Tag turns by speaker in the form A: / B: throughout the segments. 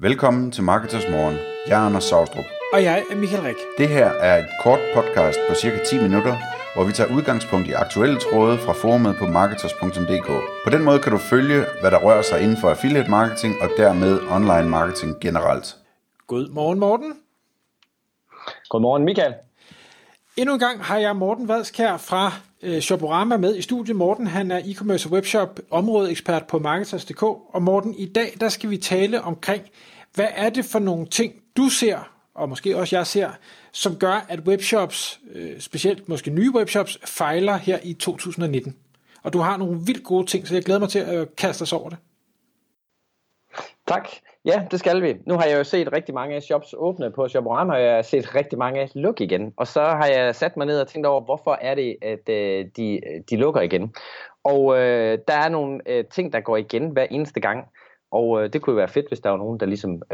A: Velkommen til Marketers Morgen. Jeg er Anders Saustrup.
B: Og jeg er Michael Rik.
A: Det her er et kort podcast på cirka 10 minutter, hvor vi tager udgangspunkt i aktuelle tråde fra forumet på marketers.dk. På den måde kan du følge, hvad der rører sig inden for affiliate marketing og dermed online marketing generelt.
B: Godmorgen, Morten.
C: Godmorgen, Michael.
B: Endnu en gang har jeg Morten Vadskjær fra Shoporama med i studiet. Morten, han er e-commerce og webshop områdeekspert på Marketers.dk. Og Morten, i dag der skal vi tale omkring, hvad er det for nogle ting, du ser, og måske også jeg ser, som gør, at webshops, specielt måske nye webshops, fejler her i 2019. Og du har nogle vildt gode ting, så jeg glæder mig til at kaste os over det.
C: Tak. Ja, det skal vi. Nu har jeg jo set rigtig mange shops åbne på Shoporama, og jeg har set rigtig mange lukke igen. Og så har jeg sat mig ned og tænkt over, hvorfor er det, at de lukker igen. Og der er nogle ting, der går igen hver eneste gang. Og det kunne jo være fedt, hvis der var nogen, der ligesom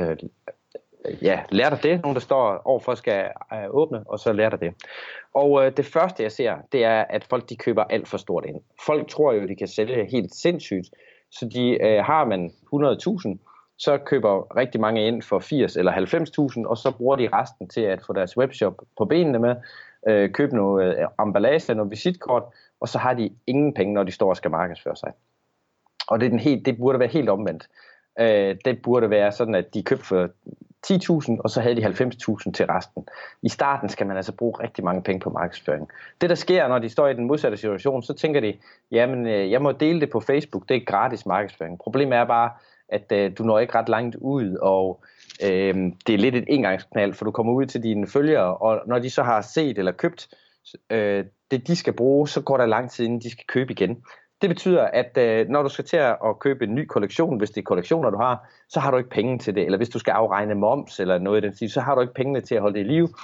C: lærer dig det. Nogen, der står overfor skal åbne, og så lærer dig det. Og det første, jeg ser, det er, at folk de køber alt for stort ind. Folk tror jo, de kan sælge helt sindssygt. Så har man 100.000, så køber rigtig mange ind for 80 eller 90.000, og så bruger de resten til at få deres webshop på benene med, købe noget emballage, noget visitkort, og så har de ingen penge, når de står og skal markedsføre sig. Og det burde være helt omvendt. Det burde være sådan, at de købte for 10.000, og så havde de 90.000 til resten. I starten skal man altså bruge rigtig mange penge på markedsføring. Det der sker, når de står i den modsatte situation, så tænker de, jamen jeg må dele det på Facebook, det er gratis markedsføring. Problemet er bare, at du når ikke ret langt ud, og det er lidt et engangsknald, for du kommer ud til dine følgere, og når de så har set eller købt det, de skal bruge, så går der lang tid, inden de skal købe igen. Det betyder, at når du skal til at købe en ny kollektion, hvis det er kollektioner, du har, så har du ikke penge til det. Eller hvis du skal afregne moms eller noget i den stil, så har du ikke pengene til at holde det i live.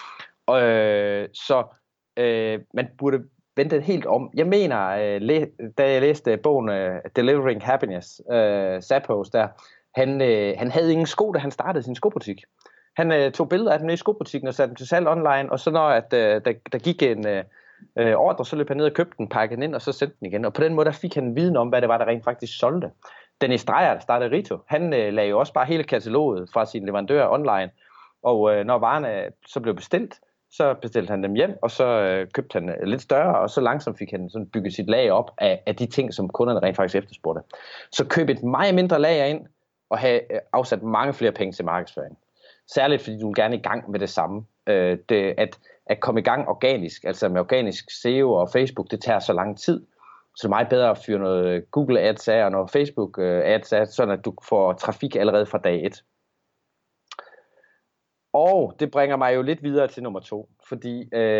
C: Man burde vente helt om. Jeg mener, da jeg læste bogen Delivering Happiness, Zappos der, han havde ingen sko, da han startede sin skobutik. Han tog billeder af dem i skobutikken og satte dem til salg online, og så når der gik en ordre, så løb han ned og købte den, pakkede den ind, og så sendte den igen. Og på den måde, der fik han en viden om, hvad det var, der rent faktisk solgte. Dennis Dreyer, der startede Rito, han lagde jo også bare hele kataloget fra sine leverandører online. Og når varerne så blev bestilt, så bestilte han dem hjem, og så købte han lidt større, og så langsomt fik han sådan bygget sit lag op af de ting, som kunderne rent faktisk efterspurgte. Så køb et meget mindre lager ind, og have afsat mange flere penge til markedsføring. Særligt fordi du vil gerne i gang med det samme. At komme i gang organisk, altså med organisk SEO og Facebook, det tager så lang tid. Så det er meget bedre at fyre noget Google Ads af og noget Facebook Ads af, sådan at du får trafik allerede fra dag 1. Og det bringer mig jo lidt videre til nummer 2, fordi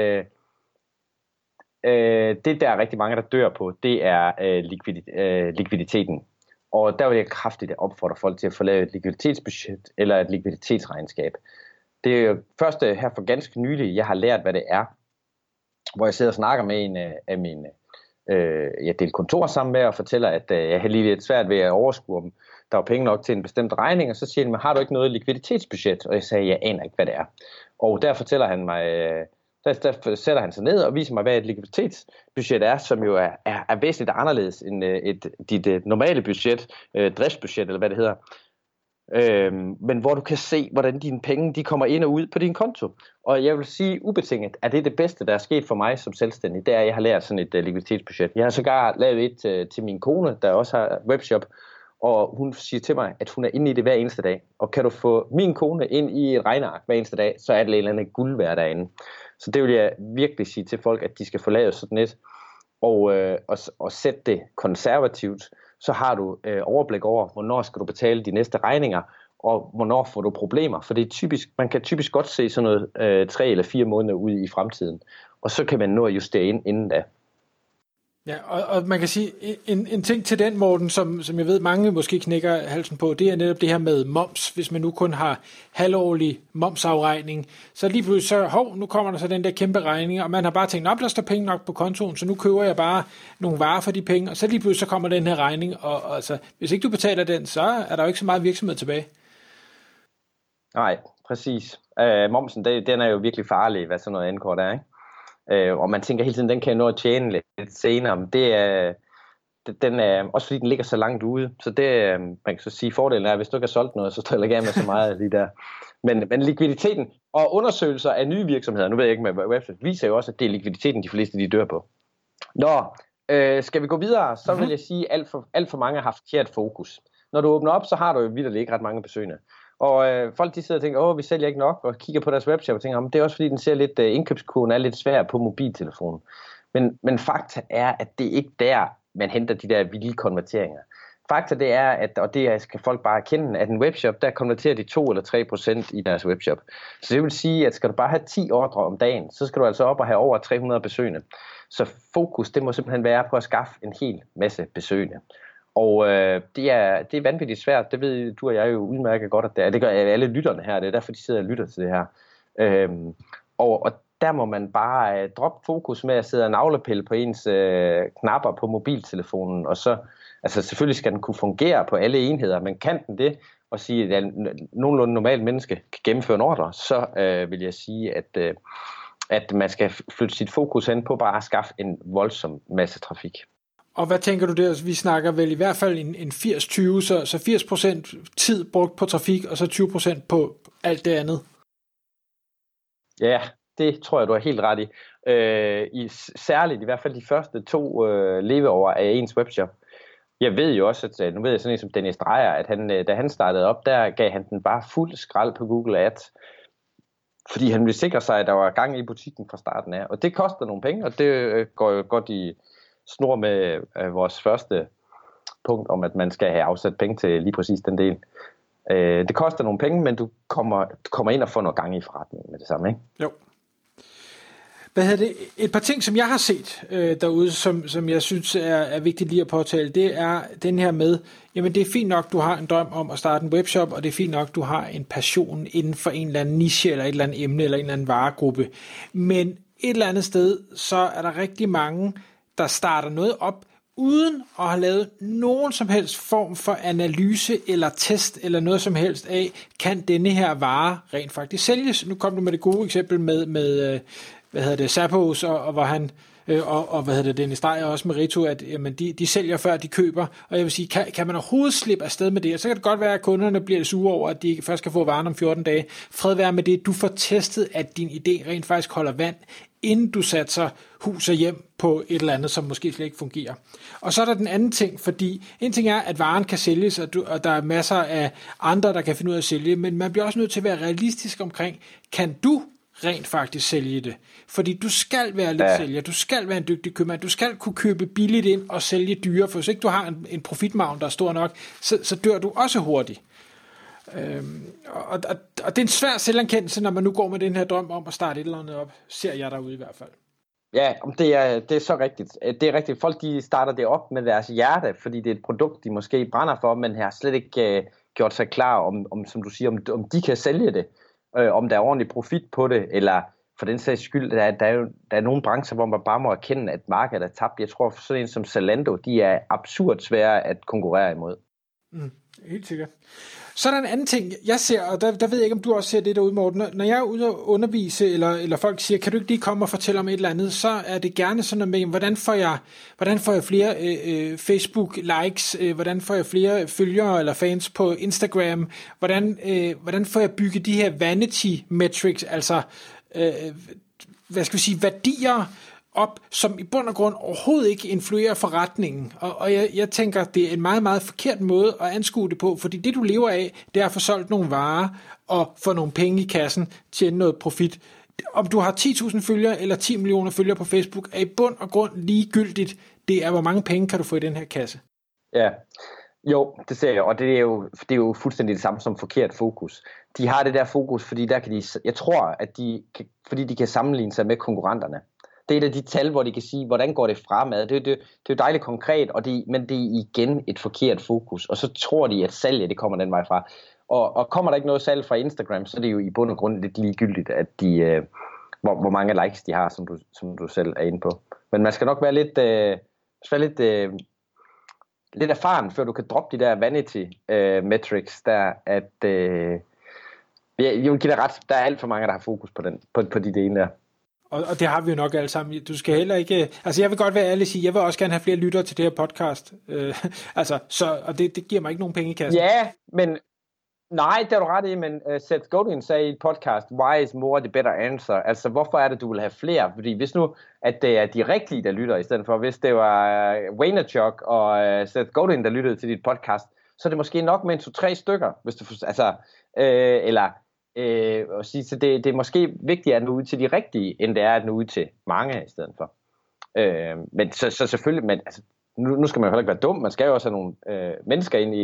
C: det der er rigtig mange, der dør på, det er likviditeten. Og der vil jeg kraftigt opfordre folk til at få lavet et likviditetsbudget eller et likviditetsregnskab. Det er jo først her for ganske nylig, jeg har lært, hvad det er, hvor jeg sidder og snakker med en af mine, jeg deler kontor sammen med og fortæller, at jeg har lige lidt svært ved at overskue, om der var penge nok til en bestemt regning, og så siger han, har du ikke noget likviditetsbudget? Og jeg sagde, jeg aner ikke, hvad det er. Og der fortæller han mig, der sætter han sig ned og viser mig, hvad et likviditetsbudget er, som jo er væsentligt anderledes end dit normale budget, driftsbudget eller hvad det hedder. Men hvor du kan se, hvordan dine penge de kommer ind og ud på din konto. Og jeg vil sige ubetinget, at det er det bedste, der er sket for mig som selvstændig. Det er, at jeg har lært sådan et likviditetsbudget. Jeg har sågar lavet et til min kone, der også har webshop. Og hun siger til mig, at hun er inde i det hver eneste dag. Og kan du få min kone ind i et regneark hver eneste dag, så er det et eller andet guld værd derinde. Så det vil jeg virkelig sige til folk, at de skal få lavet sådan et. Og sætte det konservativt. Så har du overblik over, hvornår skal du betale de næste regninger, og hvornår får du problemer. For det er typisk, man kan typisk godt se sådan noget 3 eller 4 måneder ud i fremtiden. Og så kan man nå at justere ind inden da.
B: Ja, og man kan sige, en ting til den, Morten, som jeg ved, mange måske knækker halsen på, det er netop det her med moms. Hvis man nu kun har halvårlig momsafregning, så lige pludselig nu kommer der så den der kæmpe regning, og man har bare tænkt, der står penge nok på kontoen, så nu køber jeg bare nogle varer for de penge, og så lige pludselig så kommer den her regning, og altså, hvis ikke du betaler den, så er der jo ikke så meget virksomhed tilbage.
C: Nej, præcis. Momsen, den er jo virkelig farlig, hvad sådan noget angår der, ikke? Og man tænker hele tiden, den kan jeg nå at tjene lidt senere. Men den er også fordi den ligger så langt ude. Så det, man kan så sige, fordelen er, at hvis du ikke har solgt noget, så står jeg ikke af med så meget lige der. Men likviditeten og undersøgelser af nye virksomheder, nu ved jeg ikke med website, viser jo også, at det er likviditeten, de fleste de dør på. Skal vi gå videre, så vil jeg sige, at alt for mange har haft forkert fokus. Når du åbner op, så har du jo vitterligt ikke ret mange besøgende. Og folk de sidder og tænker, vi sælger ikke nok, og kigger på deres webshop og tænker, det er også fordi, den ser lidt, indkøbskurven er lidt svær på mobiltelefonen. Men fakta er, at det ikke der, man henter de der vilde konverteringer. Fakta det er, at, og det skal folk bare erkende, at en webshop, der konverterer de 2 eller 3% i deres webshop. Så det vil sige, at skal du bare have 10 ordre om dagen, så skal du altså op og have over 300 besøgende. Så fokus, det må simpelthen være på at skaffe en hel masse besøgende. Og det er vanvittigt svært, det ved du og jeg jo udmærket godt, at det gør alle lytterne her, det er derfor, de sidder og lytter til det her. Og der må man bare droppe fokus med at sidde og navlepille på ens knapper på mobiltelefonen, og så, altså selvfølgelig skal den kunne fungere på alle enheder, men kan den det, og sige, at nogenlunde normalt menneske kan gennemføre en ordre, så vil jeg sige, at man skal flytte sit fokus hen på bare at skaffe en voldsom masse trafik.
B: Og hvad tænker du der? Vi snakker vel i hvert fald en 80-20, så 80% tid brugt på trafik, og så 20% på alt det andet.
C: Ja, det tror jeg, du er helt ret i. Særligt i hvert fald de første 2 leveår af ens webshop. Jeg ved jo også, at nu ved jeg sådan en som Dennis Dreyer, at da han startede op, der gav han den bare fuld skrald på Google Ads. Fordi han ville sikre sig, at der var gang i butikken fra starten af. Og det koster nogle penge, og det går jo godt i snor med vores første punkt om, at man skal have afsat penge til lige præcis den del. Det koster nogle penge, men du kommer ind og får noget gang i forretningen med det samme, ikke?
B: Jo. Et par ting, som jeg har set derude, som jeg synes er vigtigt lige at påtale, det er den her med, jamen det er fint nok, du har en drøm om at starte en webshop, og det er fint nok, du har en passion inden for en eller anden niche, eller et eller andet emne, eller en eller anden varegruppe. Men et eller andet sted, så er der rigtig mange, der starter noget op, uden at have lavet nogen som helst form for analyse eller test eller noget som helst af, kan denne her vare rent faktisk sælges. Nu kom du med det gode eksempel med Zappos, og hvor han Dennis Dreyer også med Rito, at jamen, de sælger før de køber, og jeg vil sige, kan man overhovedet slippe afsted med det, så kan det godt være, at kunderne bliver sure over, at de først skal få varen om 14 dage. Fred være med det, du får testet, at din idé rent faktisk holder vand, inden du satser hus og hjem på et eller andet, som måske slet ikke fungerer. Og så er der den anden ting, fordi en ting er, at varen kan sælges, og der er masser af andre, der kan finde ud af at sælge, men man bliver også nødt til at være realistisk omkring, kan du rent faktisk sælge det? Fordi du skal være lidt sælger, du skal være en dygtig købmand, du skal kunne købe billigt ind og sælge dyre, for hvis ikke du har en profitmargin, der er stor nok, så dør du også hurtigt. Og det er en svær selvankendelse, når man nu går med den her drøm om at starte et eller andet op, ser jeg derude i hvert fald. Ja,
C: det er så rigtigt. Det er rigtigt. Folk de starter det op med deres hjerte, fordi det er et produkt, de måske brænder for, men har slet ikke gjort sig klar om som du siger, om de kan sælge det, om der er ordentlig profit på det, eller for den sags skyld, der er nogle brancher, hvor man bare må erkende, at markedet er tabt. Jeg tror, sådan en som Zalando, de er absurd svære at konkurrere imod.
B: Helt sikkert. Så er der en anden ting, jeg ser, og der ved jeg ikke, om du også ser det derude, Morten. Når jeg er ude og undervise, eller folk siger, kan du ikke lige komme og fortælle om et eller andet, så er det gerne sådan noget med, hvordan får jeg flere Facebook-likes, hvordan får jeg flere følgere eller fans på Instagram, hvordan får jeg bygget de her vanity metrics, altså hvad skal vi sige, værdier op, som i bund og grund overhovedet ikke influerer forretningen. Og jeg tænker, det er en meget, meget forkert måde at anskue det på, fordi det du lever af, det er at få solgt nogle varer og få nogle penge i kassen, tjene noget profit. Om du har 10.000 følgere eller 10 millioner følgere på Facebook, er i bund og grund ligegyldigt. Det er, hvor mange penge kan du få i den her kasse.
C: Ja, jo, det ser jeg, og det er jo fuldstændig det samme som forkert fokus. De har det der fokus, fordi der kan jeg tror, at fordi de kan sammenligne sig med konkurrenterne. Det er et af de tal, hvor de kan sige, hvordan går det fremad. Det er jo dejligt konkret, men det er igen et forkert fokus. Og så tror de, at salget det kommer den vej fra. Og kommer der ikke noget salg fra Instagram, så er det jo i bund og grund lidt ligegyldigt, at hvor mange likes de har, som du selv er inde på. Men man skal nok være lidt erfaren, før du kan droppe de der vanity metrics, der at jeg vil give dig ret, der er alt for mange, der har fokus på de dele der.
B: Og det har vi jo nok alle sammen. Du skal heller ikke... Altså, jeg vil godt være ærlig og sige, jeg vil også gerne have flere lyttere til det her podcast. Og det giver mig ikke nogen penge i kassen.
C: Ja, men... Nej, det er du ret i, men Seth Godin sagde i et podcast, why is more the better answer? Altså, hvorfor er det, du vil have flere? Fordi hvis nu, at det er de rigtige, der lytter, i stedet for, hvis det var Vaynerchuk og Seth Godin, der lyttede til dit podcast, så er det måske nok med 2-3 stykker, hvis du så det er måske vigtigere at nå ud til de rigtige, end det er at nå ud til mange i stedet for. Men så selvfølgelig, men altså, nu skal man jo heller ikke være dum, man skal jo også have nogle mennesker ind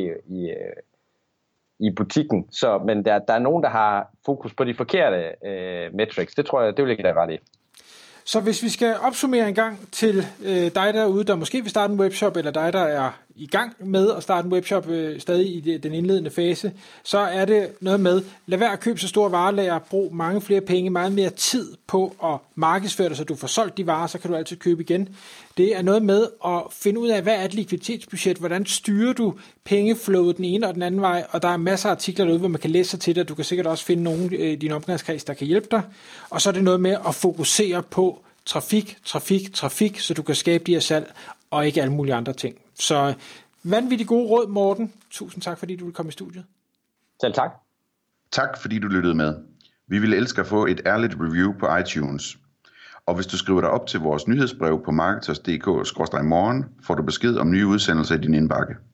C: i butikken, men der er nogen, der har fokus på de forkerte metrics. Det tror jeg, det vil jeg give dig ret i.
B: Så hvis vi skal opsummere en gang til dig derude, der måske vil starte en webshop, eller dig, der er i gang med at starte en webshop stadig i den indledende fase, så er det noget med, lad være at købe så store varelager, brug mange flere penge, meget mere tid på at markedsføre dig, så du får solgt de varer, så kan du altid købe igen. Det er noget med at finde ud af, hvad er et likviditetsbudget, hvordan styrer du pengeflowet den ene og den anden vej, og der er masser af artikler derude, hvor man kan læse sig til det, og du kan sikkert også finde nogen i din omgangskreds, der kan hjælpe dig. Og så er det noget med at fokusere på trafik, så du kan skabe de her salg, og ikke alle mulige andre ting. Så vanvittigt gode råd, Morten. Tusind tak, fordi du vil komme i studiet.
C: Selv tak.
A: Tak, fordi du lyttede med. Vi ville elske at få et ærligt review på iTunes. Og hvis du skriver dig op til vores nyhedsbrev på marketers.dk/morgen, får du besked om nye udsendelser i din indbakke.